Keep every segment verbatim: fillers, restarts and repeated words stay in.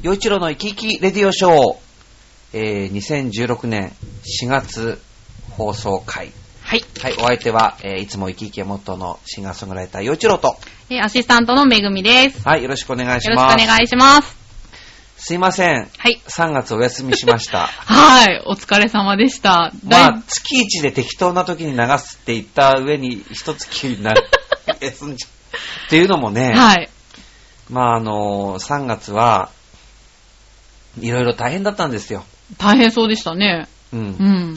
陽一郎の生き生きレディオショー、えー、にせんじゅうろくねんしがつ放送回。 はい。 はい、お相手は、えー、いつも生き生きがモットーのシンガーソングライター陽一郎と、 えー、アシスタントのめぐみです。 はい、よろしくお願いします。 よろしくお願いします。 すいません。 はい。 さんがつお休みしました。 はい、お疲れ様でした。 まあ、月いちで適当な時に流すって言った上に、一月になる。休んじゃう。っていうのもね、 はい。まあ、あのー、さんがつは、いろいろ大変だったんですよ。 大変そうでしたね。 うん。うん。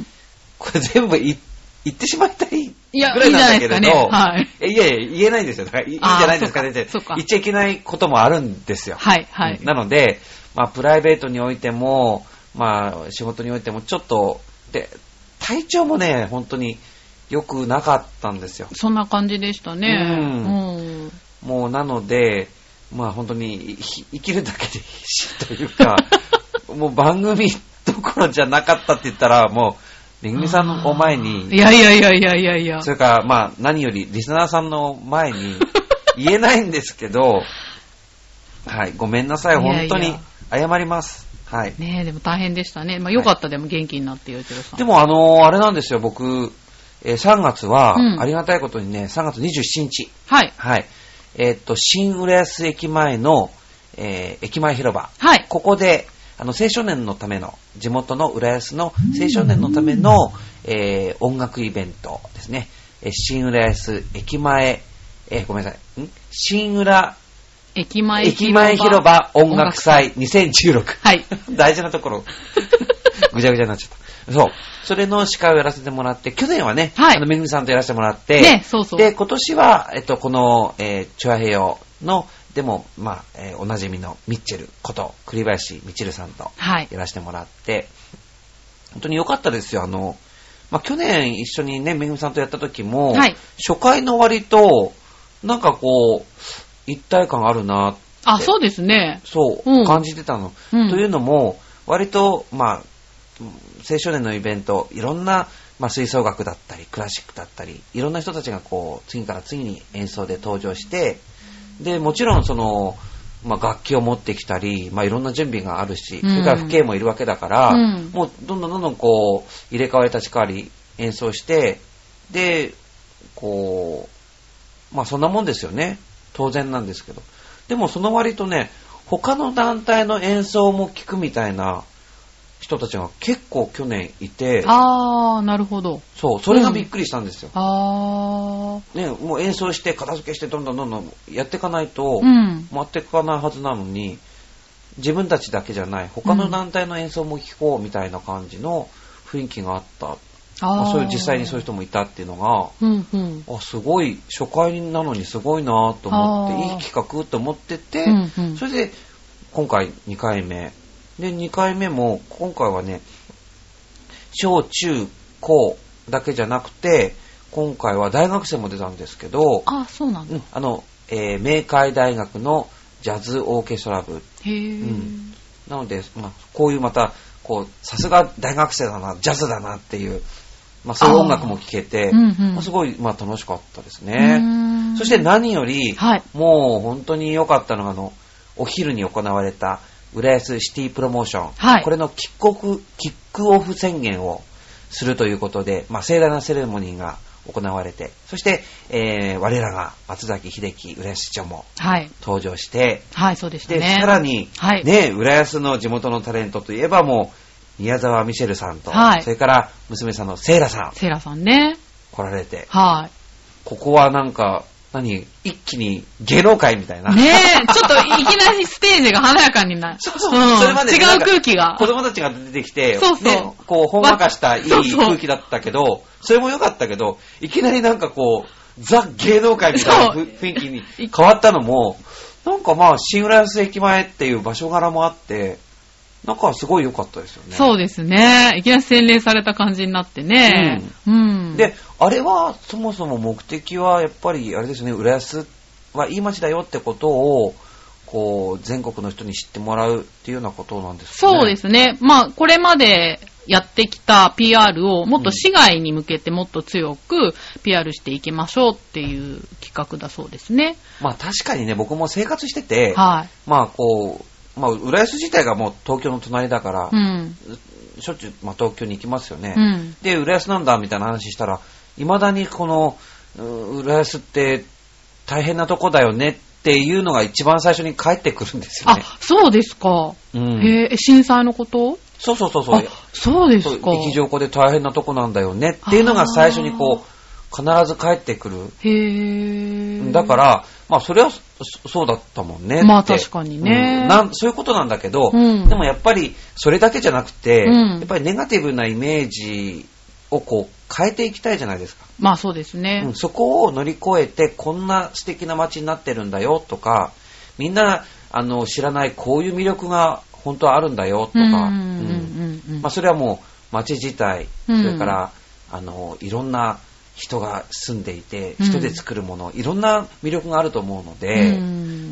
これ全部言ってしまいたいぐらいなんだけれど、いや、いいじゃないですかね。はい。いやいや、言えないんですよ。だからいいんじゃないですかねって。言っちゃいけないこともあるんですよ。 はい、はい。 なので、まあ、プライベートにおいても、まあ、仕事においても、ちょっと、で、体調もね、本当に良くなかったんですよ。 そんな感じでしたね。うん。 うん、もう、なので、まあ、本当に生きるだけで必死というか、もう番組どころじゃなかったって言ったら、もう、めぐみさんの前に、 いやいやいやいやいやいや。 それから、まあ、何よりリスナーさんの前に言えないんですけど、はい、ごめんなさい、本当に謝ります。はい。 ねえ、でも大変でしたね。まあ、よかった、はい、でも元気になってよ、一郎さん。 でも、あのー、あれなんですよ、僕、えー、さんがつは、うん、ありがたいことにね、さんがつにじゅうしちにち。 はい。 はい。えー、っと、新浦安駅前の、えー、駅前広場。 はい。 ここで、あの、青少年のための、地元の浦安の青少年のための、えー、音楽イベントですね。えー、新浦安駅前、えー、ごめんなさい。ん新浦駅前広場。駅前広場音楽祭にせんじゅうろく。 はい。 大事なところ。ぐちゃぐちゃになっちゃった。そう。それの司会をやらせてもらって、去年はね、はい、あの、めぐみさんとやらせてもらって、 ね、そうそう。 で、今年は、えっと、この、えー、チョアヘヨの、でも、まあ、えー、おなじみのミッチェルこと、栗林みちるさんと、やらせてもらって、はい、本当に良かったですよ。あの、まあ、去年一緒にね、めぐみさんとやった時も、はい、初回の割と、なんかこう、一体感あるなって。 あ、そうですね。 そう、うん、感じてたの、うん。というのも、割と、まあ、青少年のイベント、いろんな、まあ、吹奏楽だったり、クラシックだったり、いろんな人たちがこう、次から次に演奏で登場して、で、もちろんその、まあ、楽器を持ってきたり、まあ、いろんな準備があるし、うん、それから父兄もいるわけだから、うん、もうどんどんどんどんこう、入れ替わり立ち替わり演奏して、で、こう、まあ、そんなもんですよね。当然なんですけど。でもその割とね、他の団体の演奏も聴くみたいな人たちが結構去年いて。 あー、なるほど。 そう、それがびっくりしたんですよ。 うん、あー。ね、もう演奏して片付けしてどんどんどんどんやっていかないと、うん、回っていかないはずなのに、自分たちだけじゃない、他の団体の演奏も聴こうみたいな感じの雰囲気があった。あまあ、そういう実際にそういう人もいたっていうのが、 うんうん、 あすごい初回なのにすごいなと思っていい企画と思ってて、うんうん、それで今回にかいめでにかいめも今回はね小中高だけじゃなくて今回は大学生も出たんですけど、 あそうなんだ、うん、 あの、えー、明海大学のジャズオーケストラ部、 へー、うん、 なので、まあ、こういうまたこうさすが大学生だなジャズだなっていうまあ、そういう音楽も聴けて、うんうんまあ、すごい、まあ、楽しかったですね。そして何より、はい、もう本当に良かったのがあのお昼に行われた浦安シティプロモーション、はい、これのキックオフ、キックオフ宣言をするということで、まあ、盛大なセレモニーが行われて、そして、えー、我らが松崎秀樹浦安市長も登場して、 はい、はい、そうでしたね。 でさらに、はい、ね、浦安の地元のタレントといえばもう宮沢ミシェルさんと、はい、それから娘さんのセイラさん。 セイラさんね。 来られて。 はい。 ここはなんか、何一気に芸能界みたいな。 ねえ、ちょっといきなりステージが華やかになる。 そうそう、うん、それまで、ね、 違う空気が。 子供たちが出てきて、 そうそう。 ね、こう、ほんわかしたいい空気だったけど、そうそうそれも良かったけど、いきなりなんかこう、ザ芸能界みたいな雰囲気に変わったのも、なんかまあ、新浦安駅前っていう場所柄もあって、なんかすごい良かったですよね。 そうですね。いきなり洗練された感じになってね。うん。うん、 で、あれはそもそも目的はやっぱりあれですね、浦安はいい街だよってことをこう全国の人に知ってもらうっていうようなことなんですかね。 そうですね。まあこれまでやってきた ピーアール をもっと市外に向けてもっと強く ピーアール していきましょうっていう企画だそうですね。 まあ確かにね、僕も生活してて、 はい、 まあこうまあ、浦安自体がもう東京の隣だから、 うん、 しょっちゅう、まあ、東京に行きますよね、 うん、 で浦安なんだみたいな話したら、いまだにこの浦安って大変なとこだよねっていうのが一番最初に返ってくるんですよね。 あ、そうですか、うん、へえ、震災のこと？ そうそうそうそう。 あ、そうですか。 劇場湖で大変なとこなんだよねっていうのが最初にこう必ず返ってくる。 へー。 だからまあそれはそうだったもんねって。 まあ確かにね、 うん、なんそういうことなんだけど、 うん、 でもやっぱりそれだけじゃなくて、 うん、 やっぱりネガティブなイメージをこう変えていきたいじゃないですか。 まあそうですね、 うん、そこを乗り越えてこんな素敵な街になってるんだよとか、みんなあの知らないこういう魅力が本当はあるんだよとか、それはもう街自体、それから、うん、あのいろんな人が住んでいて、人で作るもの、うん、いろんな魅力があると思うので、うん、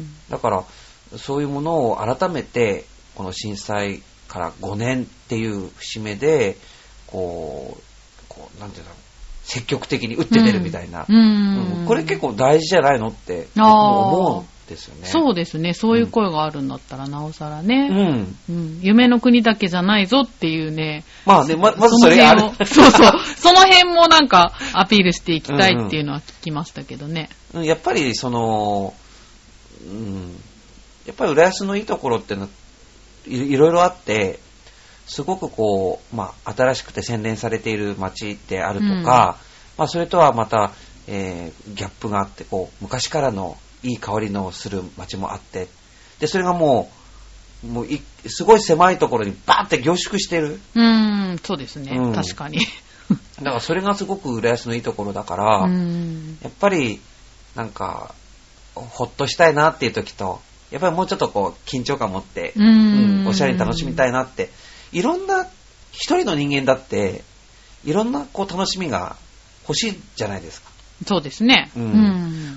だからそういうものを改めてこの震災からごねんっていう節目でこう、こうなんていうんだろう、積極的に打って出るみたいな、うんうん、これ結構大事じゃないのって思うんですよね。 そうですね。そういう声があるんだったらなおさらね、うんうん、夢の国だけじゃないぞっていうね、 まあね、ま, まずそれがあるそうそう、その辺もなんかアピールしていきたいっていうのは聞きましたけどね。 うんうん、やっぱりその、うん、やっぱり浦安のいいところってのい, いろいろあって、すごくこう、まあ、新しくて洗練されている街であるとか、うん、まあ、それとはまた、えー、ギャップがあって、こう昔からのいい香りのする街もあって、でそれがもう、もういすごい狭いところにバーって凝縮してる。 うーん、そうですね、うん、確かに。 だからそれがすごく浦安のいいところだから、うん、やっぱりなんかほっとしたいなっていう時と、やっぱりもうちょっとこう緊張感持って、うん、うん、おしゃれに楽しみたいなって、いろんな一人の人間だっていろんなこう楽しみが欲しいじゃないですか。 そうですね、うんうん、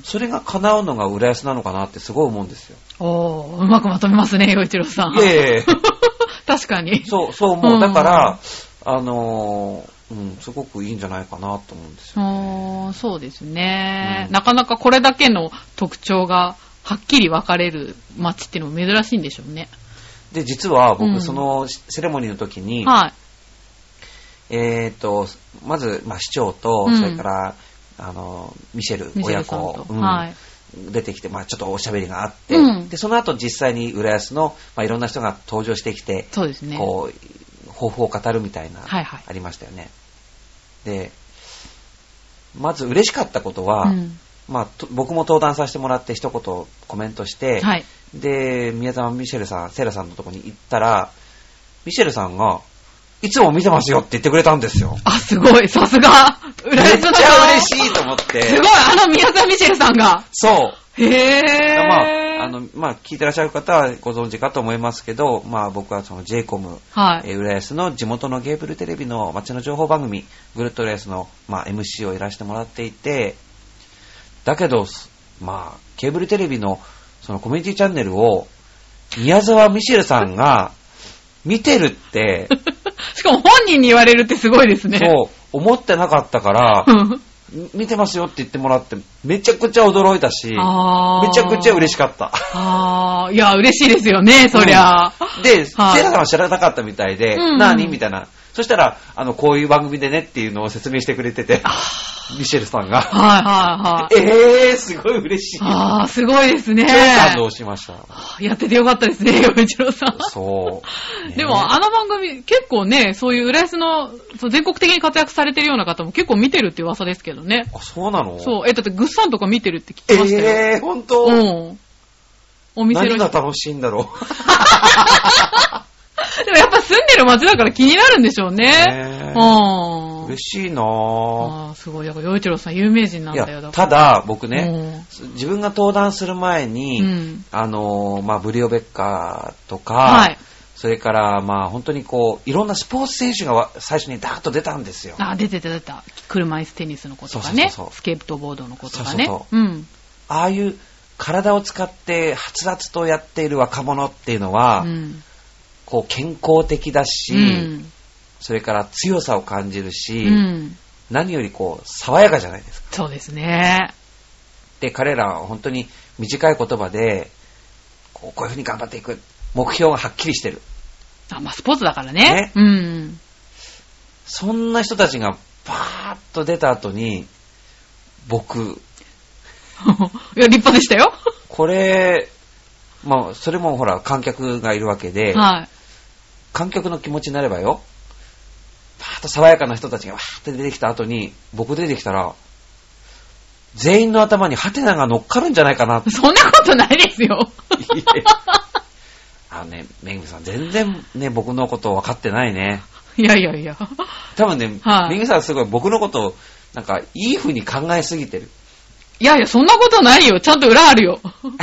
それが叶うのが浦安なのかなってすごい思うんですよ。 おー、うまくまとめますね、陽一郎さん。 いえいえ確かにそうそう思う、うん、だからあのー、うん、すごくいいんじゃないかなと思うんですよ、ね、 おそうですね、うん、なかなかこれだけの特徴がはっきり分かれる街っていうのも珍しいんでしょうね。 で実は僕、うん、そのセレモニーの時に、 はい、 えーとまず、まあ、市長と、うん、それからあのミシェル親子、うんはい、出てきて、まあ、ちょっとおしゃべりがあって、うん、でその後実際に浦安の、まあ、いろんな人が登場してきて、 そうですね、 こう抱負を語るみたいな、 はいはい、 ありましたよね。でまず嬉しかったことは、うんまあ、僕も登壇させてもらって一言コメントして、 はい、 で宮沢ミシェルさんセイラさんのところに行ったら、ミシェルさんがいつも見てますよって言ってくれたんですよ。 あ、すごい、さすがめっちゃ嬉しいと思って。 すごい、あの宮沢ミシェルさんが。 そう。 へー。 まあ、あの、まあ、聞いてらっしゃる方はご存知かと思いますけど、まあ、僕はその ジェイコム、 はい、 えー、浦安の地元のケーブルテレビの街の情報番組、ぐるっと浦安の、まあ、エムシー をやらせてもらっていて、だけど、まあ、ケーブルテレビのそのコミュニティチャンネルを宮沢ミシェルさんが見てるってしかも本人に言われるってすごいですね。 そう思ってなかったから見てますよって言ってもらってめちゃくちゃ驚いたし、めちゃくちゃ嬉しかった。 あいや嬉しいですよね、そりゃ、 うん、で、セイラさんは知らなかったみたいで、うん、何みたいな、そしたらあのこういう番組でねっていうのを説明してくれてて、ミシェルさんが、 はいはいはい、 えーすごい嬉しい。 あーすごいですね。 超感動しました。 やっててよかったですね、陽一郎さん。 そう、ね、 でもあの番組結構ね、そういう浦安の全国的に活躍されてるような方も結構見てるって噂ですけどね。 あ、そうなの？ そう、えだってグッサンとか見てるって聞きましたよ。 えー本当？ うん。お店の何が楽しいんだろう。 でもやっぱ住んでる街だから気になるんでしょうね。うん。 嬉しいなぁ。 あすごい。だから陽一郎さん有名人なんだよ。 いやだただ僕ね、自分が登壇する前に、うん、あのまあブリオベッカーとか、はい、それからまあ本当にこういろんなスポーツ選手が最初にダーッと出たんですよ。 あ出てた出た。車椅子テニスの子とかね、そうそうそうそう、スケートボードの子とかね。そうそうそう、うん。 ああいう体を使ってはつらつとやっている若者っていうのは。うんこう健康的だし、うん、それから強さを感じるし、うん、何よりこう爽やかじゃないですか。 そうですね。 で彼らは本当に短い言葉でこう、こういうふうに頑張っていく、 目標がはっきりしてる。 あ、まあスポーツだからね。ね、うん。 そんな人たちがパーッと出た後に、僕。 いや、立派でしたよ。 これ、まあ、それもほら、観客がいるわけで、はい、観客の気持ちになればよ、パーッと爽やかな人たちがわーって出てきた後に、僕出てきたら、全員の頭にハテナが乗っかるんじゃないかなって。 そんなことないですよ。 あのね、めぐみさん、全然ね、僕のこと分かってないね。 いやいやいや。 多分ね、はい、めぐみさんすごい僕のことを、なんか、いい風に考えすぎてる。 いやいや、そんなことないよ。ちゃんと裏あるよ。そう考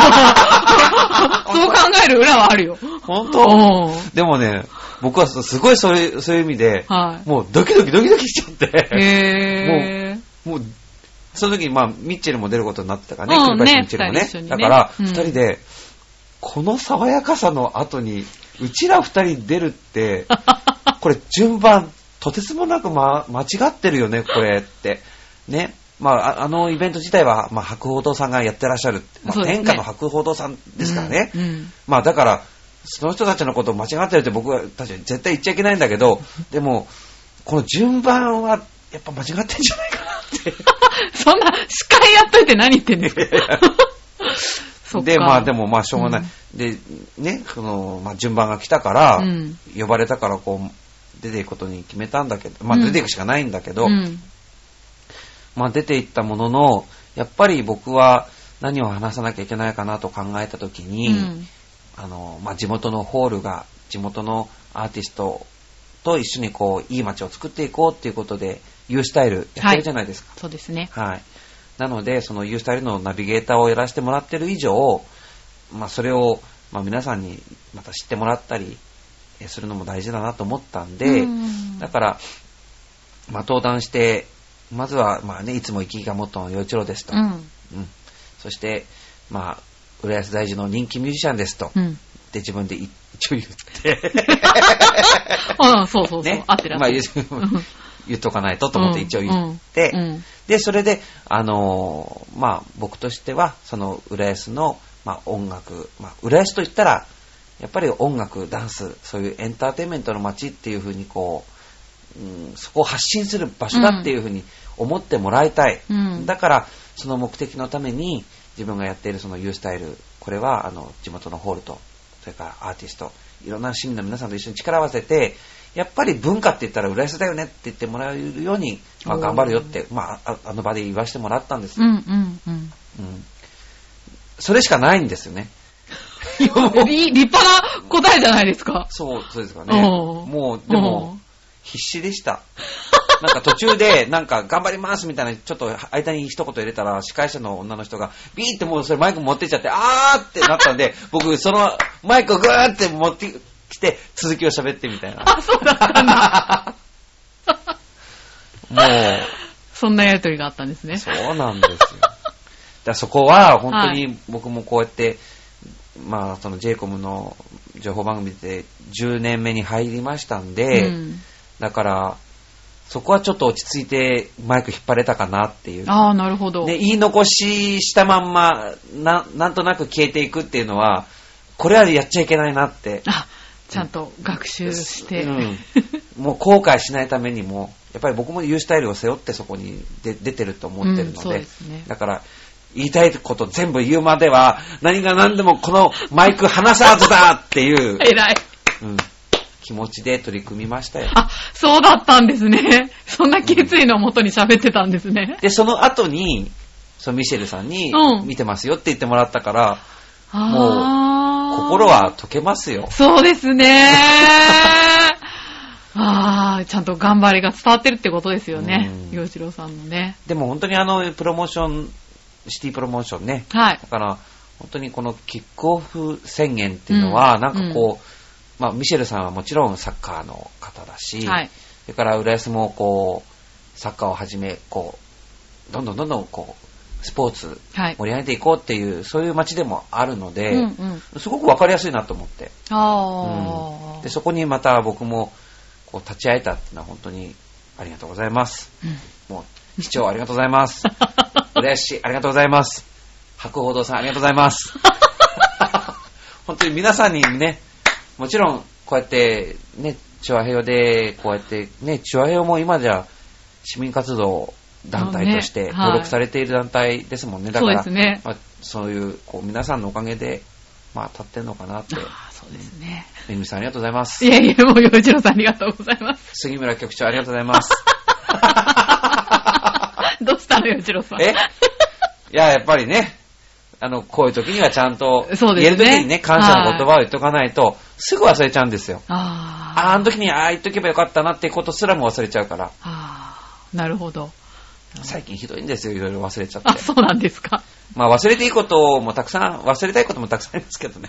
える裏はあるよ。 本当？でもね、僕はすごいそういう、そういう意味で、はい、もうドキドキドキドキしちゃって。へー。もう、もう、その時にまあ、ミッチェルも出ることになってたからね、 うん、 クリパシミッチェルもね。ねだから、二、うん、人で、この爽やかさの後に、うちら二人出るって、これ順番、とてつもなく、ま、間違ってるよね、これって。ね。まあ、あのイベント自体は、まあ、博報堂さんがやってらっしゃる。まあ、天下の博報堂さんですからね。うんうん、まあ、だから、その人たちのことを間違ってるって僕はたちは絶対言っちゃいけないんだけど、でも、この順番は、やっぱ間違ってんじゃないかなって。 そんな、司会やっといて何言ってんですか。 で、まあ、でも、まあ、しょうがない。うん、で、ね、その、まあ、順番が来たから、うん、呼ばれたから、こう、出ていくことに決めたんだけど、まあ、出ていくしかないんだけど、うん、まあ、出ていったものの、やっぱり僕は何を話さなきゃいけないかなと考えたときに、うん、あの、まあ、地元のホールが、地元のアーティストと一緒にこう、いい街を作っていこうっていうことで、ユースタイルやってるじゃないですか。 はい、そうですね。 はい。なので、そのユースタイルのナビゲーターをやらせてもらってる以上、まあ、それを、まあ、皆さんにまた知ってもらったりするのも大事だなと思ったんで、んだから、まあ、登壇して、まずは、まあね、いつも生き生きがモットーの陽一郎ですと。うん。うん。そして、まあ、浦安大事の人気ミュージシャンですと。うん。で、自分で一応言って。 うん、そうそうそう。ね、合ってる。 まあ、言っとかないとと思って一応言って、うんうん、で、それで、あのー、まあ、僕としては、その、浦安の、まあ、音楽、まあ、浦安と言ったら、やっぱり音楽、ダンス、そういうエンターテインメントの街っていうふうにこう、うん、そこを発信する場所だっていうふうに思ってもらいたい。うん、だから、その目的のために、自分がやっているその U スタイル、これは、あの、地元のホールと、それからアーティスト、いろんな市民の皆さんと一緒に力を合わせて、やっぱり文化って言ったら浦安だよねって言ってもらえるように、まあ、頑張るよって、まあ、あの場で言わせてもらったんです。うんうんうんうん、それしかないんですよね。 立派な答えじゃないですか。 そう、そうですかね。もう、でも、必死でした。なんか途中で、なんか頑張りますみたいな、ちょっと間に一言入れたら、司会者の女の人が、ビーってもうそれマイク持ってっちゃって、あーってなったんで、僕、そのマイクをグーって持ってきて、続きを喋ってみたいな。 あ、そうだったんだ。 もう。 そんなやりとりがあったんですね。 そうなんですよ。だそこは、本当に僕もこうやって、はい、まあ、その ジェイコム の情報番組でじゅうねんめに入りましたんで、うん、だから、そこはちょっと落ち着いてマイク引っ張れたかなっていう。 ああ、なるほど。 で、言い残ししたまんまな、なんとなく消えていくっていうのは、これはやっちゃいけないなって。 あ、ちゃんと学習して。うん、 もう後悔しないためにも、やっぱり僕も U スタイルを背負ってそこにで出てると思ってるので、うん、そうですね、だから、言いたいこと全部言うまでは、何が何でもこのマイク離さずだっていう。 偉い。 うん。気持ちで取り組みましたよ。 あ、そうだったんですね。そんな決意のもとに喋ってたんですね。 うん、で、その後に、そのミシェルさんに、見てますよって言ってもらったから、うん、もう、心は解けますよ。 そうですね。ああ、ちゃんと頑張りが伝わってるってことですよね。陽一郎さんのね。 でも本当にあの、プロモーション、シティプロモーションね。 はい。 だから、本当にこのキックオフ宣言っていうのは、うん、なんかこう、うん、まあ、ミシェルさんはもちろんサッカーの方だし、はい、それから浦安もこう、サッカーをはじめ、こう、どんどんどんどんこう、スポーツ盛り上げていこうっていう、はい、そういう街でもあるので、うんうん、すごくわかりやすいなと思って。あ、うん、でそこにまた僕もこう立ち会えたっていうのは本当にありがとうございます。うん、もう、市長ありがとうございます。浦安市ありがとうございます。博報堂さんありがとうございます。本本当に皆さんにね、もちろんこうやってね、チュアヘヨでこうやってね、チュアヘヨも今じゃ市民活動団体として登録されている団体ですもんね。だから、そうですね。まあ、そういうこう皆さんのおかげでまあ立ってんのかなって。 あ、そうですね。 めぐみさんありがとうございます。 いやいや、もう洋一郎さんありがとうございます。 杉村局長ありがとうございます。 どうしたの洋一郎さん。 え？いややっぱりね。あの、こういう時にはちゃんと、言える時にね、感謝の言葉を言っとかないと、すぐ忘れちゃうんですよ。 ああ、あの時にああ言っとけばよかったなってことすらも忘れちゃうから。 ああ、なるほど。 最近ひどいんですよ、いろいろ忘れちゃって。 あ、そうなんですか。 まあ忘れていいこともたくさん、忘れたいこともたくさんありますけどね。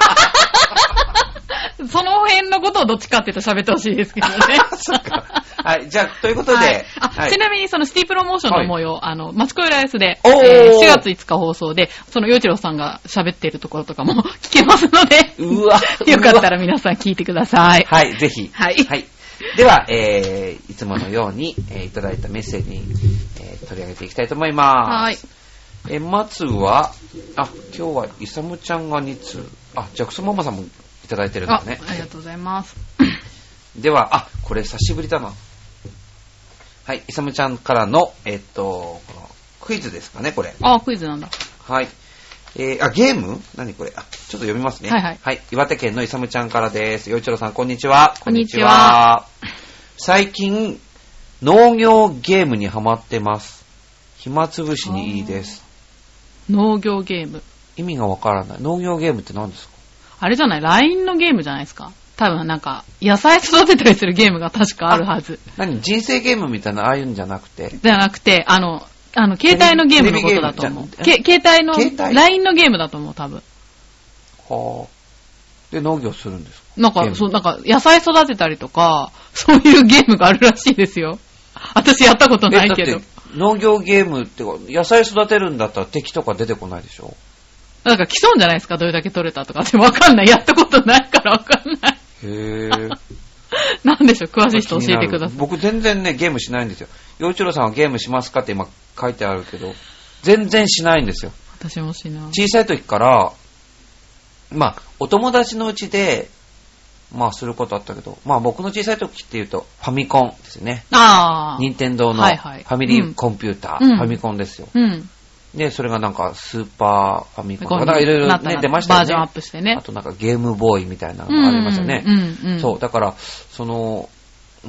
その辺のことをどっちかっていうと喋ってほしいですけどね。 そっか。はい、じゃあ、ということで。はい、 あ、はい、ちなみにそのシティプロモーションの模様、はい、あの、マチコヨライスで、 えー、しがついつか放送で、その洋一郎さんが喋っているところとかも聞けますので、 うわよかったら皆さん聞いてください。 はい、ぜひ。 はい。 はい。では、えー、いつものように、えー、いただいたメッセージに、えー、取り上げていきたいと思います。はい。えー、まずは、あ、今日はイサムちゃんがにつう、あ、ジャクソンママさんもいただいてるんだね。 あ、ありがとうございます。 では、あ、これ久しぶりだな。はい、イサムちゃんからの、えっと、このクイズですかね、これ。 あ、クイズなんだ。 はい。えー、あ、ゲーム？何これ？あ、ちょっと読みますね。 はいはい。 はい、岩手県のイサムちゃんからです。洋一郎さん、こんにちは。 こんにちは。 最近、農業ゲームにハマってます。暇つぶしにいいです。 農業ゲーム。 意味がわからない。農業ゲームって何ですか？ あれじゃない？ ライン のゲームじゃないですか。多分なんか、野菜育てたりするゲームが確かあるはず。 何？人生ゲームみたいなああいうんじゃなくて？ じゃなくて、あの、あの、携帯のゲームのことだと思う。け携帯の、ライン のゲームだと思う、多分。 はぁ。で、農業するんですか？ なんか、そう、なんか、野菜育てたりとか、そういうゲームがあるらしいですよ。私やったことないけど。 農業ゲームってか、野菜育てるんだったら敵とか出てこないでしょ？ なんか競うんじゃないですか、どれだけ取れたとかってわかんない。やったことないからわかんない。 へぇー。 なんでしょう、詳しい人教えてください。 僕全然ね、ゲームしないんですよ。洋一郎さんはゲームしますかって今書いてあるけど、全然しないんですよ。 私もしない。 小さい時から、まあ、お友達のうちで、まあ、することあったけど、まあ、僕の小さい時っていうと、ファミコンですね。 ああ。 任天堂のファミリーコンピューター、 うん、 ファミコンですよ。 うん。 で、それがなんか、スーパーファミコンとか、なんかいろいろね、出ましたよね。 バージョンアップしてね。 あとなんか、ゲームボーイみたいなのがありましたね。 うんうんうん、そう、 だから、その、うん、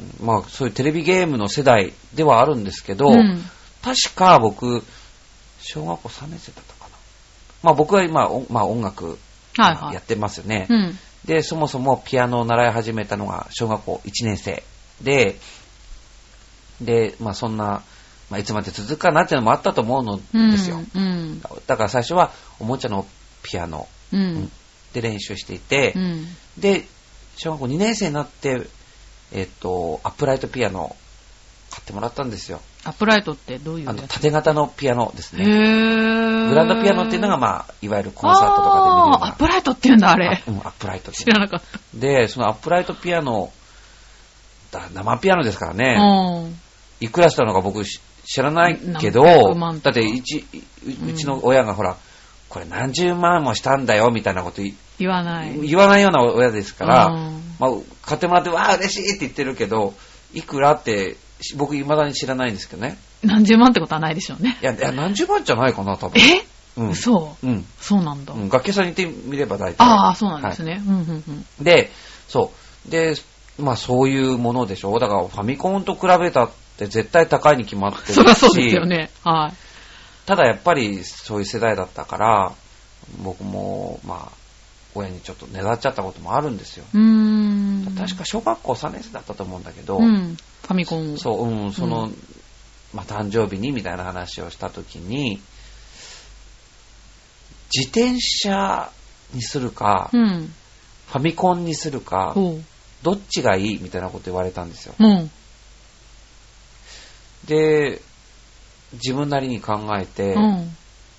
まあ、そういうテレビゲームの世代ではあるんですけど、うん、確か僕、小学校さんねん生だったかな。まあ僕は今、まあ音楽、はいはい、やってますよね、うん。で、そもそもピアノを習い始めたのが小学校いちねん生で、で、まあそんな、まあいつまで続くかなっていうのもあったと思うのですよ。うんうん、だから最初はおもちゃのピアノ、うん、で練習していて、うん、で、小学校にねん生になって、えっと、アップライトピアノを買ってもらったんですよ。 アップライトってどういうやつ？ あの、縦型のピアノですね。へー。グランドピアノっていうのが、まあ、いわゆるコンサートとかで見るような。 アップライトって言うんだ、あれ。 うん、アップライト。 知らなかった。 で、そのアップライトピアノ、だ生ピアノですからね。いくらしたのか僕知らないけど、だってうち、うちの親がほら、これ何十万もしたんだよ、みたいなこと言わない。 言わないような親ですから、まあ、買ってもらって、わー嬉しいって言ってるけど、いくらって、僕未だに知らないんですけどね。 何十万ってことはないでしょうね。 いや、いや何十万じゃないかな、多分。 え、 うん、 そう。 うん。 そうなんだ。 うん、楽器さんに行ってみれば大体。 ああ、そうなんですね。はい、うんうんうん。 で、そう。で、まあそういうものでしょ。だからファミコンと比べたって絶対高いに決まってるし。 そりゃそうですよね。はい。 ただやっぱりそういう世代だったから、僕も、まあ、親にちょっとねだっちゃったこともあるんですよ。 うーん。 確か小学校さんねん生だったと思うんだけど、 うん、ファミコン。 そう、うん、その、うん、まあ、誕生日にみたいな話をしたときに、自転車にするか、うん、ファミコンにするか、どっちがいいみたいなこと言われたんですよ。うん、で、自分なりに考えて、うん、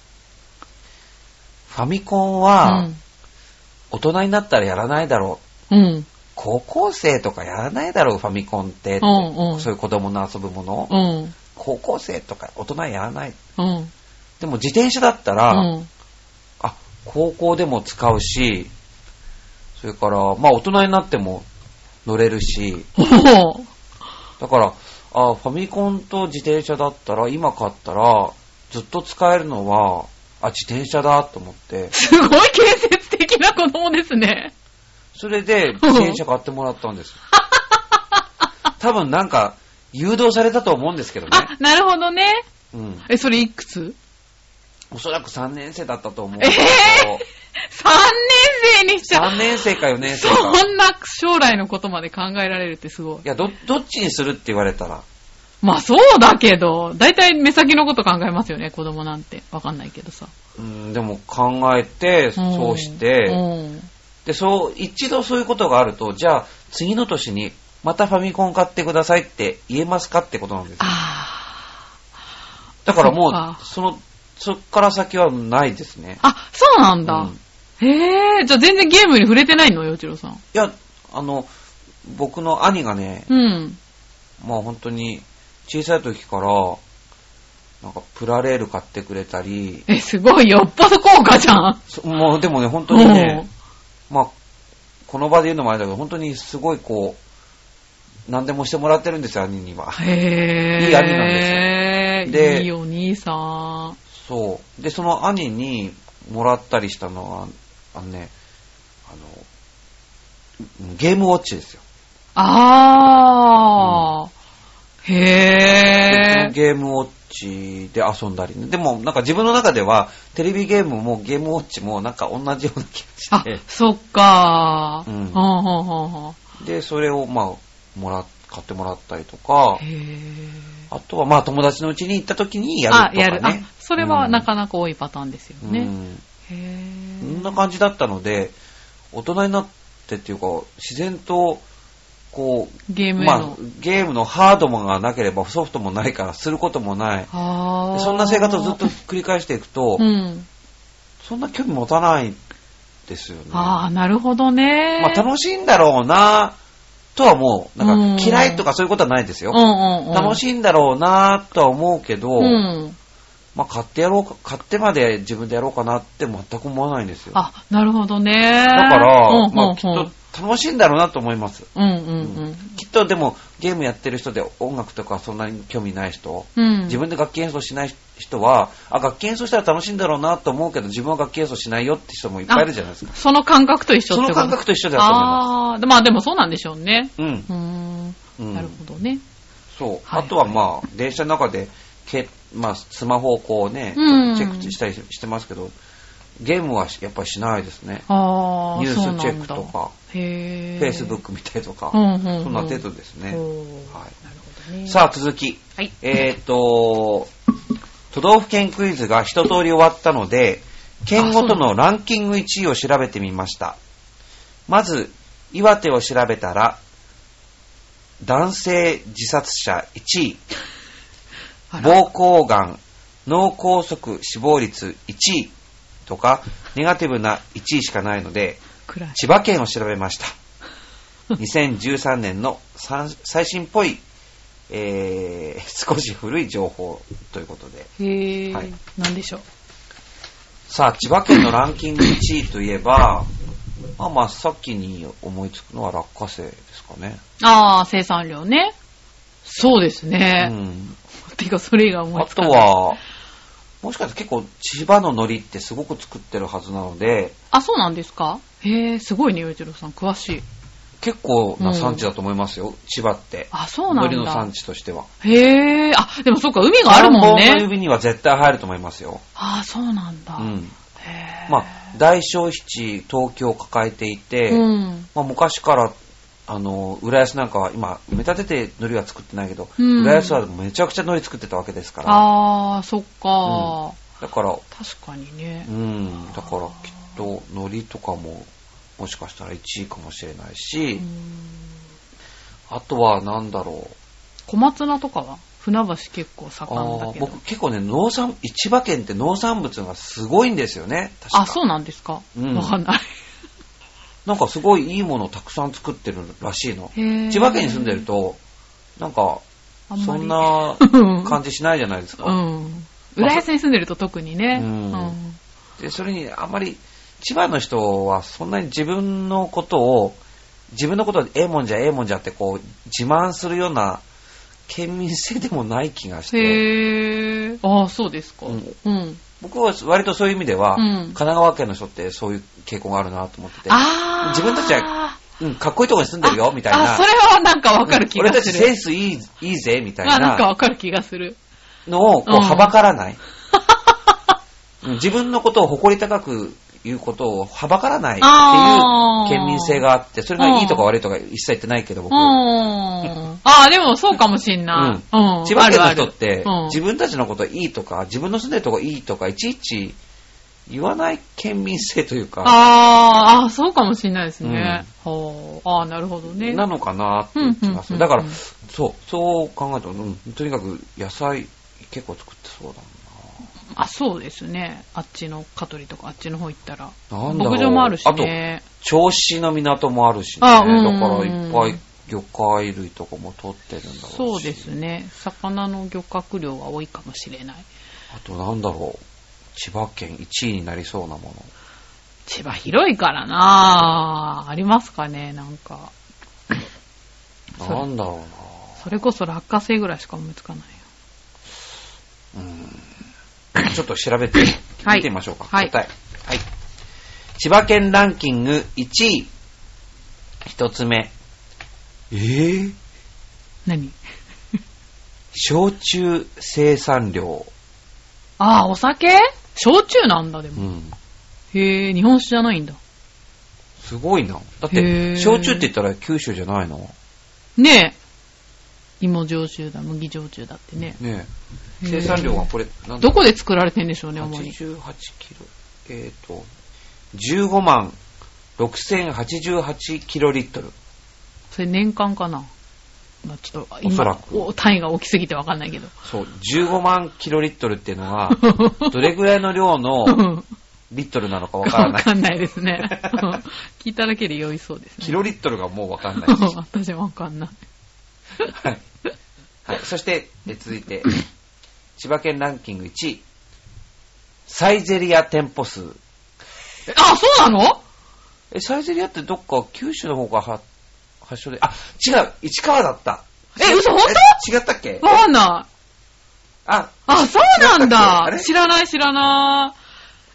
ファミコンは、大人になったらやらないだろう。うん、高校生とかやらないだろう、ファミコンって。うんうん、そういう子供の遊ぶもの。うん、高校生とか大人やらない。うん、でも自転車だったら、うん、あ、 高校でも使うし、それから、まあ大人になっても乗れるし、だから、あ、ファミコンと自転車だったら、今買ったら、ずっと使えるのは、あ、自転車だと思って。 すごい建設的な子供ですね。 それで、自転車買ってもらったんです。多分なんか、誘導されたと思うんですけどね。 あ、なるほどね。 うん。 え、それいくつ？ おそらくさんねん生だったと思うんですけど。 えー、さんねん生にしちゃう。 さんねん生かよねん生か。 そんな将来のことまで考えられるってすごい。いや、ど、どっちにするって言われたら。 まあそうだけど、だいたい目先のこと考えますよね、子供なんて。わかんないけどさ。 うん、でも考えて、そうして、で、そう、一度そういうことがあると、じゃあ次の年にまたファミコン買ってくださいって言えますかってことなんですよ。 あだからもう、その、そっから先はないですね。 あ、そうなんだ。うん、へえ、じゃあ全然ゲームに触れてないのよ、ちろさん。いや、あの、僕の兄がね、 うん。 まあ本当に小さい時から、なんかプラレール買ってくれたり。 え、すごい、よっぽど高価じゃん。 もうでもね、本当にね、まあ、この場で言うのもあれだけど、本当にすごいこう、何でもしてもらってるんですよ、兄には。 へー。 いい兄なんですよ。 で、いいお兄さん。 そう。で、その兄にもらったりしたのは、あのね、あの、ゲームウォッチですよ。 あー。うん、へー。 ゲームウォッチで遊んだり、ね。でも、なんか自分の中では、テレビゲームもゲームウォッチもなんか同じような気がして。 あ、そっかー。 うん。 はあはあはあ、で、それをまあ、もら、買ってもらったりとか、 へー。 あとはまあ友達の家に行った時にやるとかね。あ、やる。あ、 それはなかなか多いパターンですよね。うん、 へー。そんな感じだったので、大人になってっていうか、自然と、こう、 ゲームまあ、ゲームのハードもがなければソフトもないからすることもない。 あ、 そんな生活をずっと繰り返していくと、うん、そんな興味持たないですよね。 ああ、なるほどね。 まあ楽しいんだろうなとは思う。なんか嫌いとかそういうことはないですよ。うんうんうん、楽しいんだろうなとは思うけど、うん、まあ買ってやろうか、買ってまで自分でやろうかなって全く思わないんですよ。 あ、なるほどね。だから、うんうんうん、まあきっと楽しいんだろうなと思います。 うんうんうんうん、 きっとでもゲームやってる人で音楽とかそんなに興味ない人、うん、自分で楽器演奏しない人は、あ、楽器演奏したら楽しいんだろうなと思うけど自分は楽器演奏しないよって人もいっぱいいるじゃないですか。 その感覚と一緒ってこと？ その感覚と一緒だと思います。 あ、まあでもそうなんでしょうね。 うん。 うーん、うん、なるほどね。 そう。はい、あとはまあ電車の中でけ、まあ、スマホをこうね、うん、チェックしたりしてますけど、ゲームはやっぱりしないですね。 あ、 ニュースチェックとか、 へー、 フェイスブック見たりとか、 うんうんうん、 そんな程度ですね。はい、なるほどね。 さあ続き、 はい、 えっと都道府県クイズが一通り終わったので、県ごとのランキングいちいを調べてみました。まず岩手を調べたら、男性自殺者いちい、膀胱がん、脳梗塞死亡率いちいとかネガティブないちいしかないので、千葉県を調べました。にせんじゅうさんねんの最新っぽい、えー、少し古い情報ということで。 へー、はい、何でしょう。 さあ、千葉県のランキングいちいといえば、まあ、真っ先に思いつくのは落花生ですかね。 ああ、生産量ね。そうですね。 うん。 てか、それ以外思いつかない。 あとは、もしかして結構千葉の海苔ってすごく作ってるはずなので。 あ、そうなんですか？へえ、すごいね、洋一郎さん、詳しい。 結構な産地だと思いますよ、うん、千葉って。 あ、そうなんだ。 海苔の産地としては。 へえ、あ、でもそうか、海があるもんね。 さんぼんの指には絶対入ると思いますよ。 あ、そうなんだ。 うん。 へー。 まあ、大消費地東京を抱えていて、うん、まあ、昔からあの浦安なんかは今埋め立てて海苔は作ってないけど、うん、浦安はめちゃくちゃ海苔作ってたわけですから。 ああ、そっか、 うん、だから確かにね。 うん、だからきっと海苔とかももしかしたらいちいかもしれないし、うん、あとはなんだろう。 小松菜とかは船橋結構盛んだけど。 僕結構ね、農産千葉県って農産物がすごいんですよね。確か。 あ、そうなんですか。うん、わかんない。 なんかすごいいいものをたくさん作ってるらしいの。千葉県に住んでるとなんかそんな感じしないじゃないですか。 うん。浦安に住んでると特にね。 うんうん、でそれにあんまり千葉の人はそんなに自分のことを、自分のことでええもんじゃええもんじゃってこう、自慢するような県民性でもない気がして。 へー。ああ、そうですか。うん。うん、 僕は割とそういう意味では、うん、神奈川県の人ってそういう傾向があるなと思ってて。あ自分たちは、うん、かっこいいところに住んでるよ、みたいな。 あ、それはなんかわかる気がする。 俺たちセンスいい、いいぜ、みたいな。 あ、なんかわかる気がする。 のを、こう、はばからない。うん、自分のことを誇り高く言うことをはばからないっていう県民性があって、それがいいとか悪いとか一切言ってないけど、僕。 ああ、でもそうかもしんない。 うんうん、千葉県の人って、うん、自分たちのこといいとか、自分の住んでるとこいいとか、いちいち言わない県民性というか。 ああ、そうかもしんないですね。うん、ああ、なるほどね。 なのかなっていう気がする。だから、そう、そう考えると、うん、とにかく野菜結構作ってそうだもん。 あ、そうですね。あっちの香取とかあっちの方行ったら牧場もあるしね。 あと銚子の港もあるしね。あ、うん、だからいっぱい魚介類とかも取ってるんだろうし。 そうですね。魚の漁獲量は多いかもしれない。 あとなんだろう。千葉県いちいになりそうなもの。 千葉広いからなぁ。ありますかね、なんか。 なんだろうな。 それこそ落花生ぐらいしか思いつかないよ。 うん。ちょっと調べて見てみましょうか。 はい。 答え。はい。千葉県ランキングいちい。一つ目。えぇ、ー、 何焼酎生産量。 ああ、お酒？焼酎なんだ、でも。うん、へぇ、日本酒じゃないんだ。 すごいな。だって、焼酎って言ったら九州じゃないの？ ねえ。芋焼酎だ、麦焼酎だってね。 ねえ。生産量はこれ、 なんどこで作られてんでしょうね、主に。 はちじゅうはちキロ。えっ、ー、と、じゅうごまんろくせんはちじゅうはちキロリットル。 それ年間かな？まあ、ちょっとおそらく単位が大きすぎてわかんないけど。 そう、じゅうごまんキロリットルっていうのは、どれぐらいの量のリットルなのかわからない。 わかんないですね。聞いただけで酔いそうですね。 キロリットルがもうわかんないし。 私もわかんない。 はい。はい。そして、続いて、千葉県ランキングいちい。サイゼリヤ店舗数。 あ、そうなの？ え、サイゼリヤってどっか九州の方がは発祥で、あ、違う、市川だった。 え、嘘、本当？ 違ったっけ？ わかんない。 あ、 あ、そうなんだ。知らない知らない。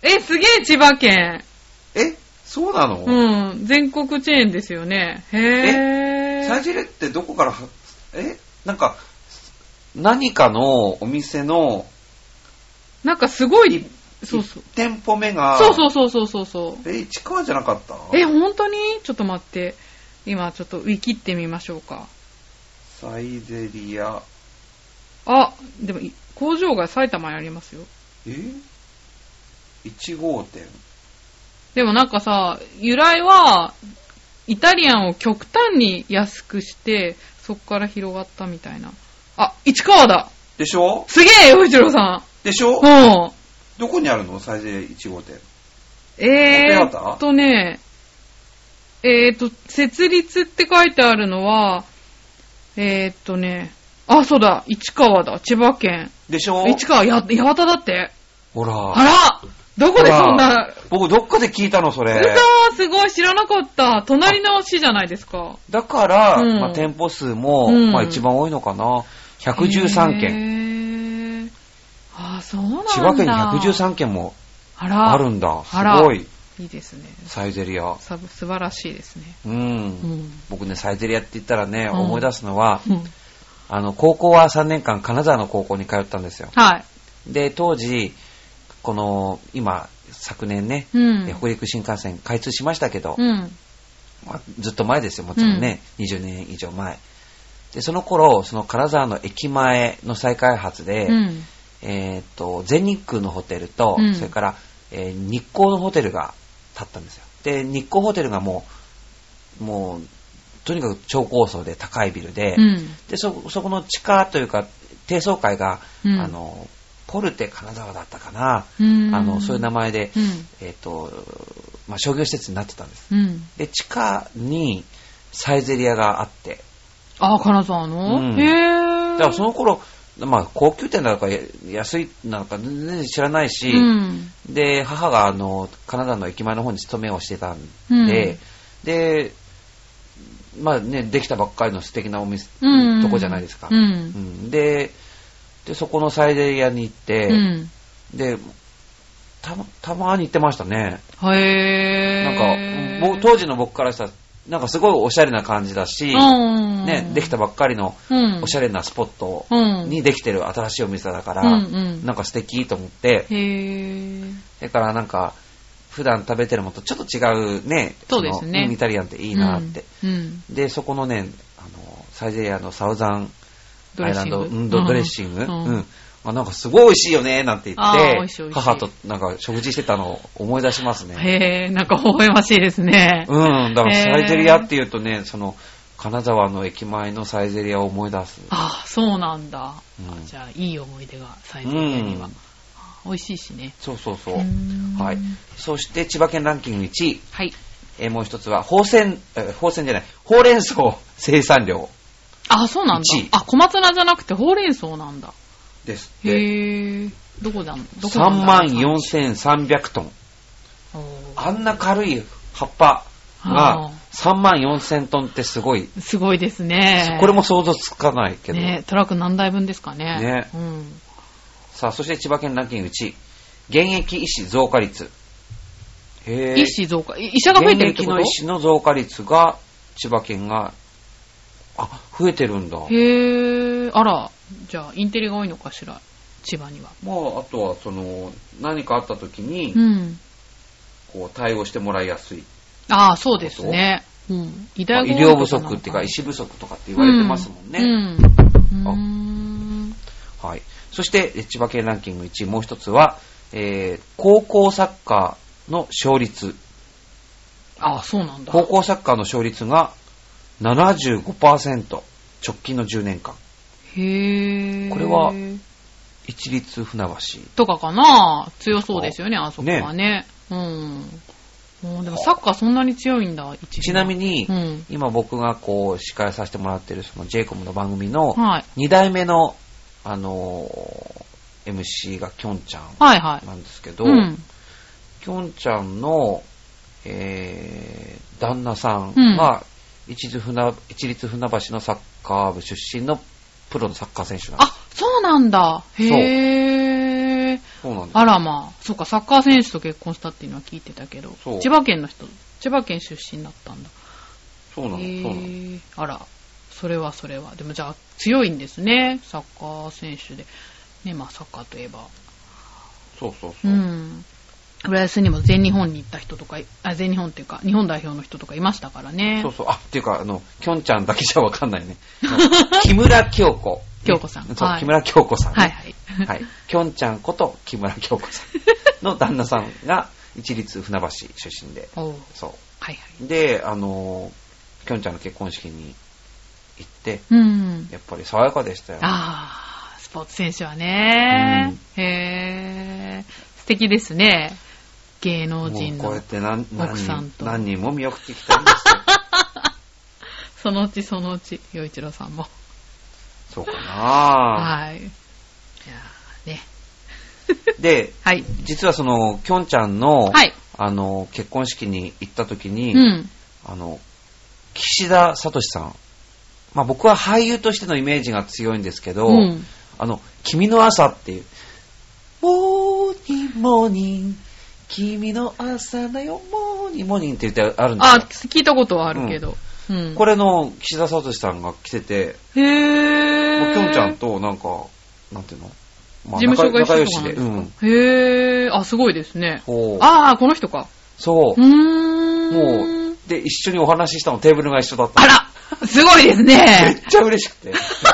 え、すげえ千葉県。 え、そうなの？ うん、全国チェーンですよね。へー。 え、サイゼリヤってどこから、え、なんか、何かのお店の、 なんかすごい、そうそう。 店舗目が、 そうそうそうそうそうそう。 え、市川じゃなかった？ え、本当に？ちょっと待って。今ちょっとウィキってみましょうか。 サイゼリヤ。 あ、でも工場が埼玉にありますよ。 え ?いち号店。 でもなんかさ、由来はイタリアンを極端に安くしてそこから広がったみたいな。あ、市川だ。 でしょ？ すげえよ、藤郎さん。 でしょ？ うん。 どこにあるの？サイゼリヤいち号店。 えーっとね、えーっと、設立って書いてあるのは、えーっとね、あ、そうだ、市川だ、千葉県。 でしょ？ 市川、や、八幡だって。 ほら。 あら！どこでそんな。 僕どっかで聞いたの、それ。 うそー、すごい、知らなかった。隣の市じゃないですか。 だから、うん、まあ、店舗数も、うん、まあ一番多いのかな。ひゃくじゅうさんけん。 へー。あ、そうなんだ。 千葉県にひゃくじゅうさんけんもあるんだ。すごい。 いいですね。 サイゼリヤ。 素晴らしいですね。 うん。うん、僕ね、サイゼリヤって言ったらね、うん、思い出すのは、うん、あの、高校はさんねんかん金沢の高校に通ったんですよ。 はい。 で、当時、この、今、昨年ね、うん、北陸新幹線開通しましたけど、うんまあ、ずっと前ですよ、もちろんね、うん、にじゅうねん以上前。で、その頃、その金沢の駅前の再開発で、うん、えっと、全日空のホテルと、うん、それから、えー、日光のホテルが建ったんですよ。で、日光ホテルがもう、もう、とにかく超高層で高いビルで、うん、で、そ、そこの地下というか、低層階が、うん、あの、ポルテ金沢だったかな、うん、あの、そういう名前で、うん、えっと、まあ、商業施設になってたんです。うん、で、地下にサイゼリヤがあって。 あ、金沢の、 うん、へー。だからその頃、 まあ、高級店なのか安いなのか全然知らないし、うん、で、母があの、金沢の駅前の方に勤めをしてたんで、うん、で、まあね、できたばっかりの素敵なお店、うん、とこじゃないですか。うんうん、で、で、そこのサイゼリヤに行って、うん、で、た、たまに行ってましたね。 へー。 なんか、当時の僕からしたら、なんかすごいおしゃれな感じだし、ね、できたばっかりのおしゃれなスポットにできてる新しいお店だから、うんうん、なんか素敵と思って、 へー。 だからなんか、普段食べてるものとちょっと違うね、 そうですね。 イタリアンっていいなって。 うんうん、 で、そこのね、あの、サイゼリヤのサウザンアイランドドレッシング、うんうんあ、なんかすごい美味しいよねなんて言って、美味しい美味しい母となんか食事してたのを思い出しますね。 へー、なんか微笑ましいですね。 うん、だからサイゼリヤって言うとね、その、金沢の駅前のサイゼリヤを思い出す。 ああ、そうなんだ。うん、じゃあ、いい思い出がサイゼリヤには。うん、美味しいしね。 そうそうそう。はい。そして、千葉県ランキングいちい。 はい。 えー、もう一つは、ほうせん、えー、ほうせんじゃない、ほうれん草生産量。 あ、そうなんだ。いちい。あ、小松菜じゃなくてほうれん草なんだ。 ですって。へー。どこだ、どこだ。 さんまんよんせんさんびゃくトン。あんな軽い葉っぱがさんまんよんせんトンってすごい。 すごいですね。 これも想像つかないけど。 ね、トラック何台分ですかね。 ね。 うん。 さあ、そして千葉県ランキングいちい。現役医師増加率。 へー。医師増加。医者が増えてるってこと？ 現役の医師の増加率が、千葉県が、あ、増えてるんだ。 へー。あら、じゃあ、インテリが多いのかしら、千葉には。 まあ、あとは、その、何かあった時に、 うん、 こう、対応してもらいやすい。 ああ、そうですね。うん。医療、医療不足っていうか、医師不足とかって言われてますもんね。うん。 うん、 はい。そして、千葉県ランキングいちい、もう一つは、えー、高校サッカーの勝率。 ああ、そうなんだ。 高校サッカーの勝率が ななじゅうごパーセント。直近のじゅうねんかん。 へー。 これは、一律船橋。 とかかな。強そうですよね、あそこはね。ね、うん。もうでもサッカーそんなに強いんだ、一ちなみに、うん、今僕がこう、司会させてもらってるその ジェイコム の番組の、にだいめの、はい、あのー、エムシー がきょんちゃんなんですけど、 はいはいうん、 きょんちゃんの、えー、旦那さんが、うん、一律船、一律船橋のサッカー部出身のプロのサッカー選手なんです。 あ、そうなんだ。へー。 そうなんです。 あらまあ、そうか、サッカー選手と結婚したっていうのは聞いてたけど、千葉県の人、千葉県出身だったんだ。 そうなんです。そうなんです。 あら、それはそれは。でもじゃあ強いんですね、サッカー選手で。ね、まあサッカーといえば。 そうそうそう。 うん。浦安にも全日本に行った人とか、あ、全日本っていうか、日本代表の人とかいましたからね。 そうそう。あ、っていうか、あの、きょんちゃんだけじゃわかんないね。木村京子。 京子さん。 そう、はい、木村京子さん、ね。 はいはい。 はい。きょんちゃんこと木村京子さんの旦那さんが一律船橋出身で。 そう。 はいはい。 で、あの、きょんちゃんの結婚式に行って、 うん、 やっぱり爽やかでしたよ。 ああ、スポーツ選手はね。うん、へー。素敵ですね。芸能人の奥さんと。 何人も見送ってきたんですよ。 そのうちそのうち、陽一郎さんも。 そうかなはい。いやーね。 で、 はい、 実はその、きょんちゃんの、 はい、 あの、結婚式に行った時に、 うん、あの、岸田聡さん。まあ僕は俳優としてのイメージが強いんですけど、うん、あの、君の朝っていう、モーニングモーニング、君の朝だよ、モーニングモーニングって言ってあるんですよ。 あ、聞いたことはあるけど。うんうん、 これの岸田聡さんが来てて、 へー。 もうきょんちゃんとなんか、なんていうの、 まあ、事務所が一緒仲良しで。うん、 へー。あ、すごいですね。ああ、この人か。 そう。 うーん。 もう、で、一緒にお話ししたのテーブルが一緒だった。 あらすごいですね。 めっちゃ嬉しくて。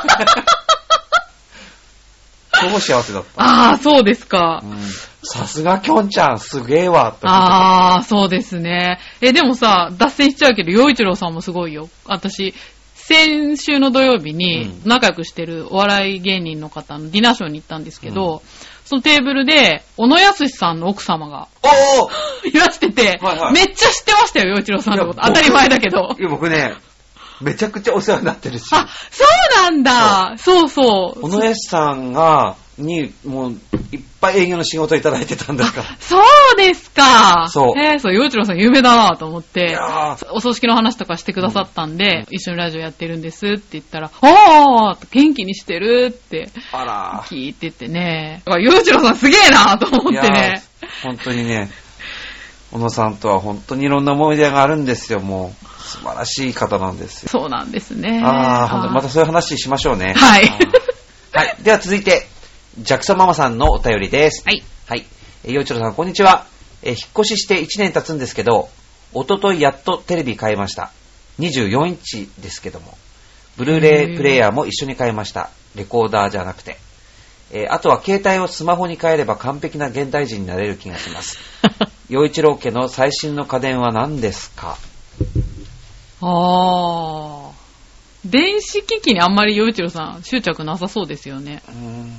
超幸せだった。 ああ、そうですか。 さすがきょんちゃん、すげえわ。 ああ、そうですね。え、でもさ、脱線しちゃうけど、陽一郎さんもすごいよ。私、先週の土曜日に仲良くしてるお笑い芸人の方のディナーショーに行ったんですけど、うん、そのテーブルで、小野康さんの奥様が、 おーいらしてて、はいはい、めっちゃ知ってましたよ、陽一郎さんのこと。当たり前だけど。 いや、僕ね、 めちゃくちゃお世話になってるし。 あ、そうなんだ。そうそう。 小野安さんが、に、もう、いっぱい営業の仕事いただいてたんですから。 そうですか。 そう。 へぇ、そう、洋一郎さん有名だなと思って、 ーお葬式の話とかしてくださったんで、うん、一緒にラジオやってるんですって言ったら、あー元気にしてるって、 あら聞いててね。洋一郎さんすげえなと思ってね。 本当にね、小野さんとは本当にいろんな思い出があるんですよ、もう。素晴らしい方なんですよ。 そうなんですね。 ああ、本当にまたそういう話しましょうね。 はい。 はい。では続いて、ジャクソンママさんのお便りです。 はい。 はい。え、洋一郎さん、こんにちは。え、引っ越ししていちねん経つんですけど、一昨日やっとテレビ買いました。にじゅうよんインチですけども。ブルーレイプレイヤーも一緒に買いました。レコーダーじゃなくて。えー、あとは携帯をスマホに変えれば完璧な現代人になれる気がします。洋一郎家の最新の家電は何ですか？ あー。電子機器にあんまり洋一郎さん執着なさそうですよね。うーん、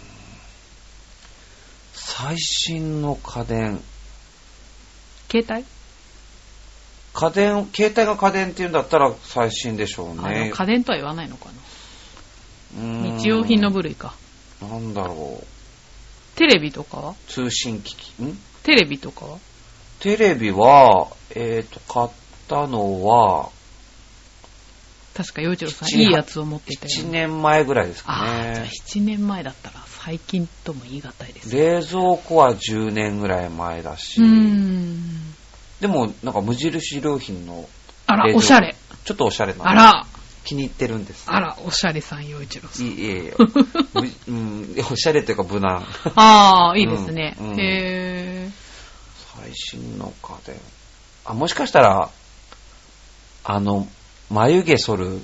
最新の家電。 携帯家電、携帯が家電っていうんだったら最新でしょうね。 家電とは言わないのかな。うーん、日用品の部類か。 なんだろう。 テレビとかは？ 通信機器。ん？ テレビとかは？ テレビは、えっと、買ったのは、 確か洋一郎さんいいやつを持っていたよ、ね。 いちねんまえぐらいですかね。 ああ、じゃあななねんまえだったら最近とも言い難いです、ね。 冷蔵庫はじゅうねんぐらい前だし。うーん、でも、なんか無印良品の。 あら、おしゃれ。 ちょっとおしゃれな。 あら。 気に入ってるんです。 あら、おしゃれさん、洋一郎さん。 いいえ、うん、おしゃれというか無難。 ああ、いいですね。うんうん、へえ。 最新の家電。あ、もしかしたら、あの、眉毛剃る、この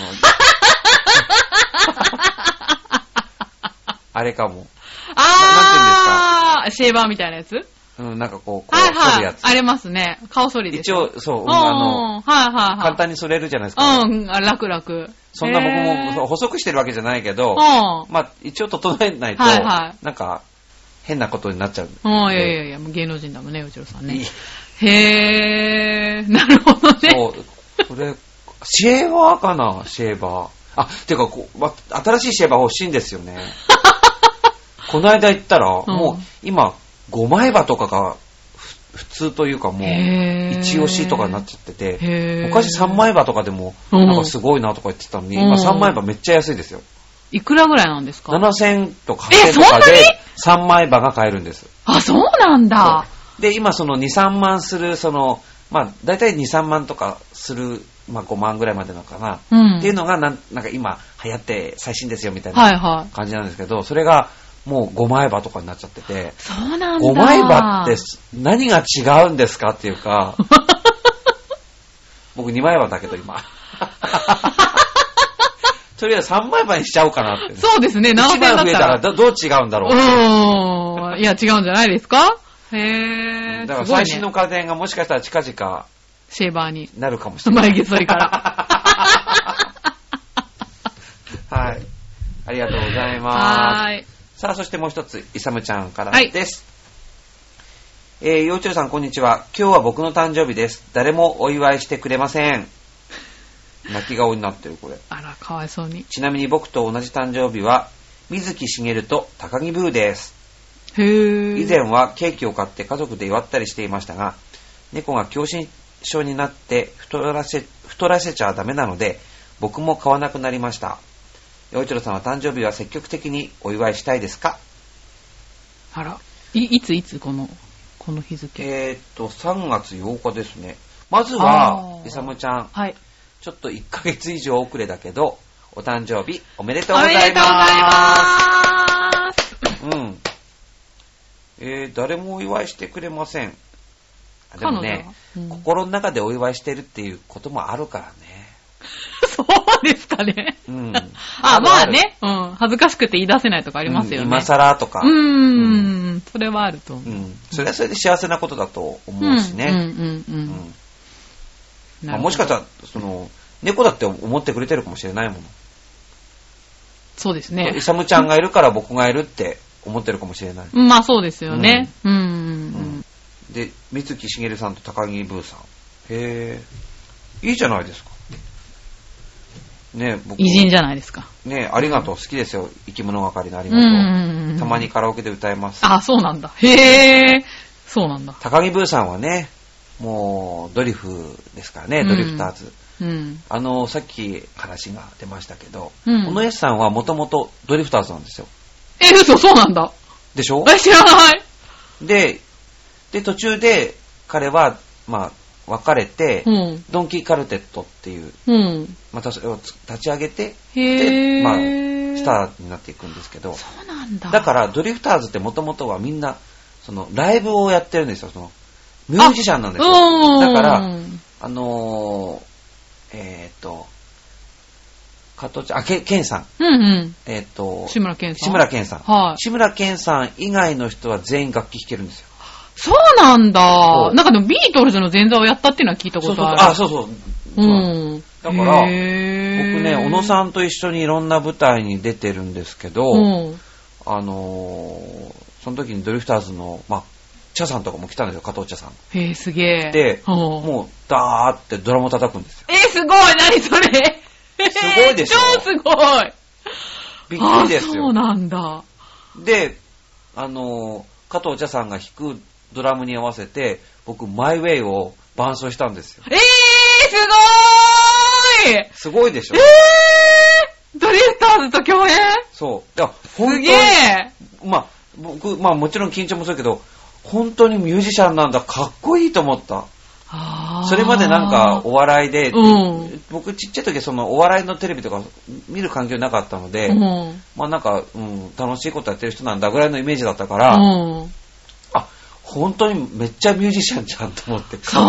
あれかも。 ああ、なんていうんですか。シェーバーみたいなやつ？ うん、なんかこう、こう、 はいはい、 剃るやつ。 ありますね。顔剃りです。 一応、そう、 うん、あの、はいはいはい。 簡単に剃れるじゃないですか。 うん、楽々。 そんな僕も細くしてるわけじゃないけど、まあ、一応整えないと、はいはい、なんか、変なことになっちゃう。 うん、いやいやいや、もう芸能人だもんね、うちろさんね。へー、なるほどね。 そう、これ、シェーバーかな、シェーバー。あ、てかこう、ま、新しいシェーバー欲しいんですよね。この間行ったら、うん、もう今ごまい刃とかが普通というかもう一押しとかになっちゃってて、昔さんまい刃とかでもなんかすごいなとか言ってたのに、うん、今さんまい刃めっちゃ安いですよ。 いくらぐらいなんですか？ ななせんとかはっせんとかでさんまい刃が買えるんです。 あ、そうなんだ。 で、今そのに、さんまんするその、まあだいたいに、さんまんとかする、まあごまんぐらいまでのかな、うん、っていうのがなん、なんか今流行って最新ですよみたいな感じなんですけど、はいはい、それがもうごまい刃とかになっちゃってて、 そうなんだ。 ごまい刃って何が違うんですかっていうか、僕にまい刃だけど今。とりあえずさんまい刃にしちゃおうかなって、ね。 そうですね、ななせんだったら。いちまん増えたらどう違うんだろう。 うーん。いや、違うんじゃないですか？へー。 だから最新の家電がもしかしたら近々、 シェーバーになるかもしれない。 眉毛剃りから。 はい。ありがとうございます。 はい。 さあ、そしてもう一つ、イサムちゃんからです。はい、えー、ようちろさん、こんにちは。今日は僕の誕生日です。誰もお祝いしてくれません。泣き顔になってる、これ。 あら、かわいそうに。 ちなみに僕と同じ誕生日は、水木しげると高木ブーです。 へー。 以前はケーキを買って家族で祝ったりしていましたが、猫が狭心症になって太らせ、太らせちゃダメなので、僕も買わなくなりました。陽一郎さんは誕生日は積極的にお祝いしたいですか？ あら、い、いついつこの、この日付？ えーっと、さんがつようかですね。まずは、イサムちゃん。 はい。 ちょっといっかげつ以上遅れだけど、お誕生日おめでとうございます。 おめでとうございます。 うん。えー、誰もお祝いしてくれません。でもね、うん、心の中でお祝いしてるっていうこともあるからね。 そうですかね。 うん。 あ、まあね。うん。恥ずかしくて言い出せないとかありますよね。うん、 今更とか。 うーん,、うん。それはあると思う。うん。 それはそれで幸せなことだと思うしね。 うんうんうん、うんまあ、もしかしたら、その、猫だって思ってくれてるかもしれないもの。 そうですね。 イサムちゃんがいるから僕がいるって思ってるかもしれない。 まあそうですよね。うん。うんうんうんで、水木しげるさんと高木ブーさん。へえ、いいじゃないですか。 ね、僕偉人じゃないですか。 ね、ありがとう、好きですよ。生き物係のありがとう。 うんうんうん、 たまにカラオケで歌います。 あ、そうなんだ。へー。そうなんだ。 高木ブーさんはね、もうドリフですからね、ドリフターズ。 うん。 あの、さっき話が出ましたけど、 うん、 小野 S さんはもともとドリフターズなんですよ。 え、嘘、そうなんだ。 でしょ？ え、知らない。 で、で、途中で彼は、まあ、別れて、うん、ドンキーカルテットっていう、うん、またそれを立ち上げて、で、まあ、スターになっていくんですけど、 そうなんだ。 だからドリフターズってもともとはみんな、その、ライブをやってるんですよ、その、ミュージシャンなんですよ。だから、あのー、えっ、ー、と、加藤ちゃん、あ、け、ケンさん。 うんうん。 えっ、ー、と、 志村けんさん。 志村けんさん。 はい。 志村けんさん以外の人は全員楽器弾けるんですよ。 そうなんだ。なんかでもビートルズの前座をやったっていうのは聞いたことある。 あ、そうそう。 うん。 だから、僕ね、小野さんと一緒にいろんな舞台に出てるんですけど、うん、あのー、その時にドリフターズの、まあ、茶さんとかも来たんですよ、加藤茶さん。 へぇ、すげぇ。 で、もう、ダーってドラム叩くんですよ。 えー、すごい。何それ。 すごいでしょ。 超すごい。 びっくりですよ。 そうなんだ。で、 あのー、加藤茶さんが弾くドラムに合わせて、僕、マイウェイを伴奏したんですよ。 えー、すごーい。 すごいでしょ。 えー、ドリフターズと共演。 そう。いや、本当に。 すげー。 まあ、僕、まあもちろん緊張もするけど、本当にミュージシャンなんだ、かっこいいと思った。それまでなんかお笑いで、うん、僕ちっちゃい時そのお笑いのテレビとか見る環境なかったので、うん、まあなんか、うん、楽しいことやってる人なんだぐらいのイメージだったから、うん、あ、本当にめっちゃミュージシャンじゃんと思って。 そう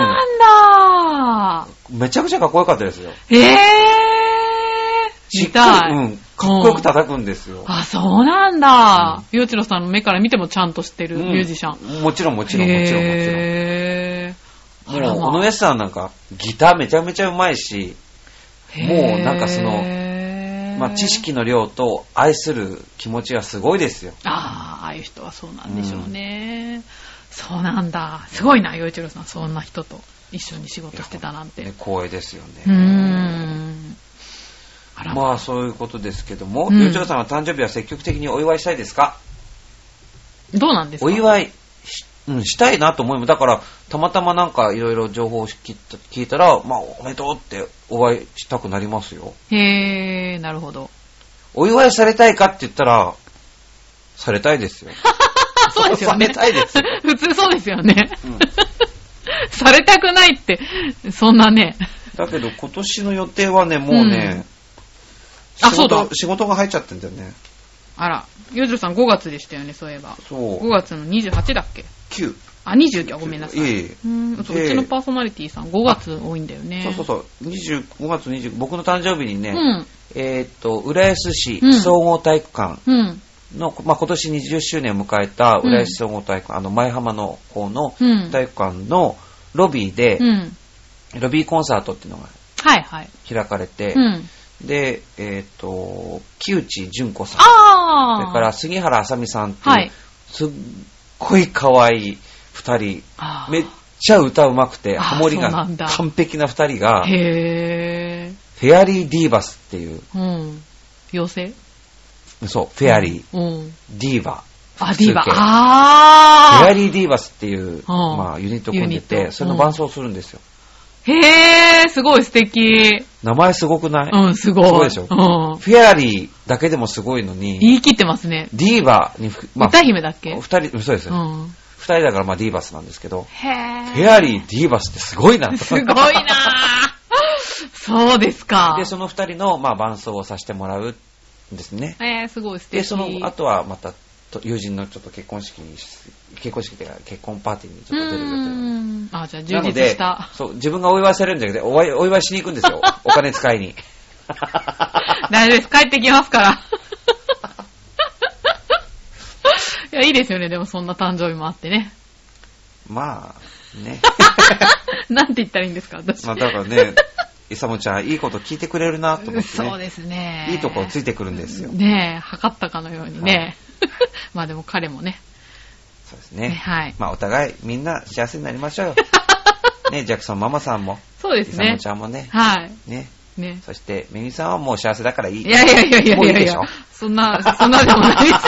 なんだ、 うん、めちゃくちゃかっこよかったですよ。 へぇー。 しっかり、うん、かっこよく叩くんですよ。 うん、あ、そうなんだ。洋一郎さんの目から見てもちゃんとしてるミュージシャン。 うん、もちろんもちろんもちろんもちろん。へー。もう、小野 S さんなんかギターめちゃめちゃうまいし、もうなんかその、まあ、知識の量と愛する気持ちがすごいですよ。 ああ、ああいう人はそうなんでしょうね。うん、そうなんだ。すごいな、洋一郎さん。そんな人と一緒に仕事してたなんて。 ね、光栄ですよね。 うーん。 あらまあ、そういうことですけども、洋一郎さんは誕生日は積極的にお祝いしたいですか？ どうなんですか？ お祝いし、うん、したいなと思います。だから、たまたまなんかいろいろ情報を聞いたら、まあ、おめでとうってお祝いしたくなりますよ。 へー、なるほど。 お祝いされたいかって言ったら、されたいですよ。 そうですよね。 されたいですよ。 普通そうですよね。うん、されたくないって、そんなね。 だけど今年の予定はね、もうね、うん、仕事、あ、そうだ。仕事が入っちゃってんだよね。 あら、洋次郎さんごがつでしたよね、そういえば。 そう。 ごがつのにじゅうはちだっけ？ きゅう。 あ、にじゅうきゅう、ごめんなさい。 いえいえ。 うん、うちのパーソナリティさんごがつ多いんだよね。 そうそうそう。にじゅうごがつにじゅう、僕の誕生日にね、うん、えー、っと、浦安市総合体育館の、うん、まあ、今年にじゅっしゅうねんを迎えた浦安市総合体育館、うん、あの、前浜の方の体育館のロビーで、うん、ロビーコンサートっていうのが開かれて、はいはい、うんで、えっ、ー、と、木内純子さん。あそれから杉原あさみさんっていう、はい、すっごい可愛い二人。めっちゃ歌うまくて、ハモリが完璧な二人が、 へーフェアリーディーバスっていう。 うん。妖精そう、フェアリー。うん、ディーバ。 あ、ディーバ。あフェアリーディーバスっていう、まあ、ユニットを組んでて、それの伴奏をするんですよ。 へー、すごい素敵。 名前すごくない？ うん、すごい。 すごいでしょ、うん、フェアリーだけでもすごいのに。 言い切ってますね。 ディーバに、 まあ、歌姫だっけ？ 二人、そうですよ、うん。二人だからまあディーバスなんですけど。 へー。 フェアリー、ディーバスってすごいなと。 すごいなそうですか。 で、その二人のまあ伴奏をさせてもらう。ですね。 えー、すごい素敵。 で、その後はまた友人のちょっと結婚式に、結婚式というか結婚パーティーにちょっと出る予定だ。あ、じゃあ充実した。 そう、自分がお祝いされるんじゃなくて、お祝い、お祝いしに行くんですよ。お金使いに。 大丈夫です。帰ってきますから。いや、いいですよね。でもそんな誕生日もあってね。 まあ、ね。 なんて言ったらいいんですか、私。 まあ、だからね。イサモちゃんいいこと聞いてくれるなと思って、ね、 そうですね。 いいところついてくるんですよ。 ねえ、測ったかのようにね。はい、まあでも彼もね。 そうですね。 ね、はい。 まあお互いみんな幸せになりましょうよ。ね、ジャクソンママさんも。 そうですね。 イサモちゃんもね。 はい。 ね。 ね。 そして、めぐみさんはもう幸せだからいい。 いやいやいやいやいやいや。 もういいでしょ。 そんな、そんなでもないです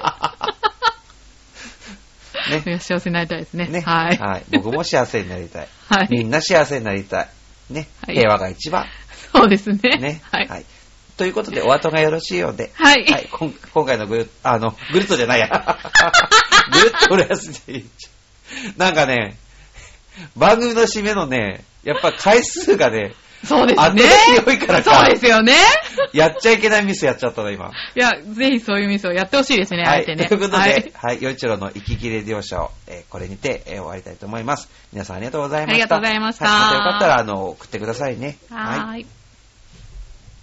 よ。ね。いや、幸せになりたいですね。 ね。 はい。 はい。僕も幸せになりたい。 はい。 みんな幸せになりたい。ね。はい、平和が一番。 そうですね。 ね。 はい。 はい。ということで、お後がよろしいようで。 はい。 はい。今回のぐる、あの、ぐるっとじゃないや。ぐるっと俺やすでいい。なんかね、番組の締めのね、やっぱ回数がね、 そうですね。 強いからか。 そうですよね。 やっちゃいけないミスやっちゃったの、今。 いや、ぜひそういうミスをやってほしいですね、 はい、 あえてね。 ということで、 はい、 はい、よいちろの生き切れ利用者を、えー、これにて、えー、終わりたいと思います。皆さんありがとうございました。 ありがとうございました。 はい、またよかったら、あの、送ってくださいね。 はい。はい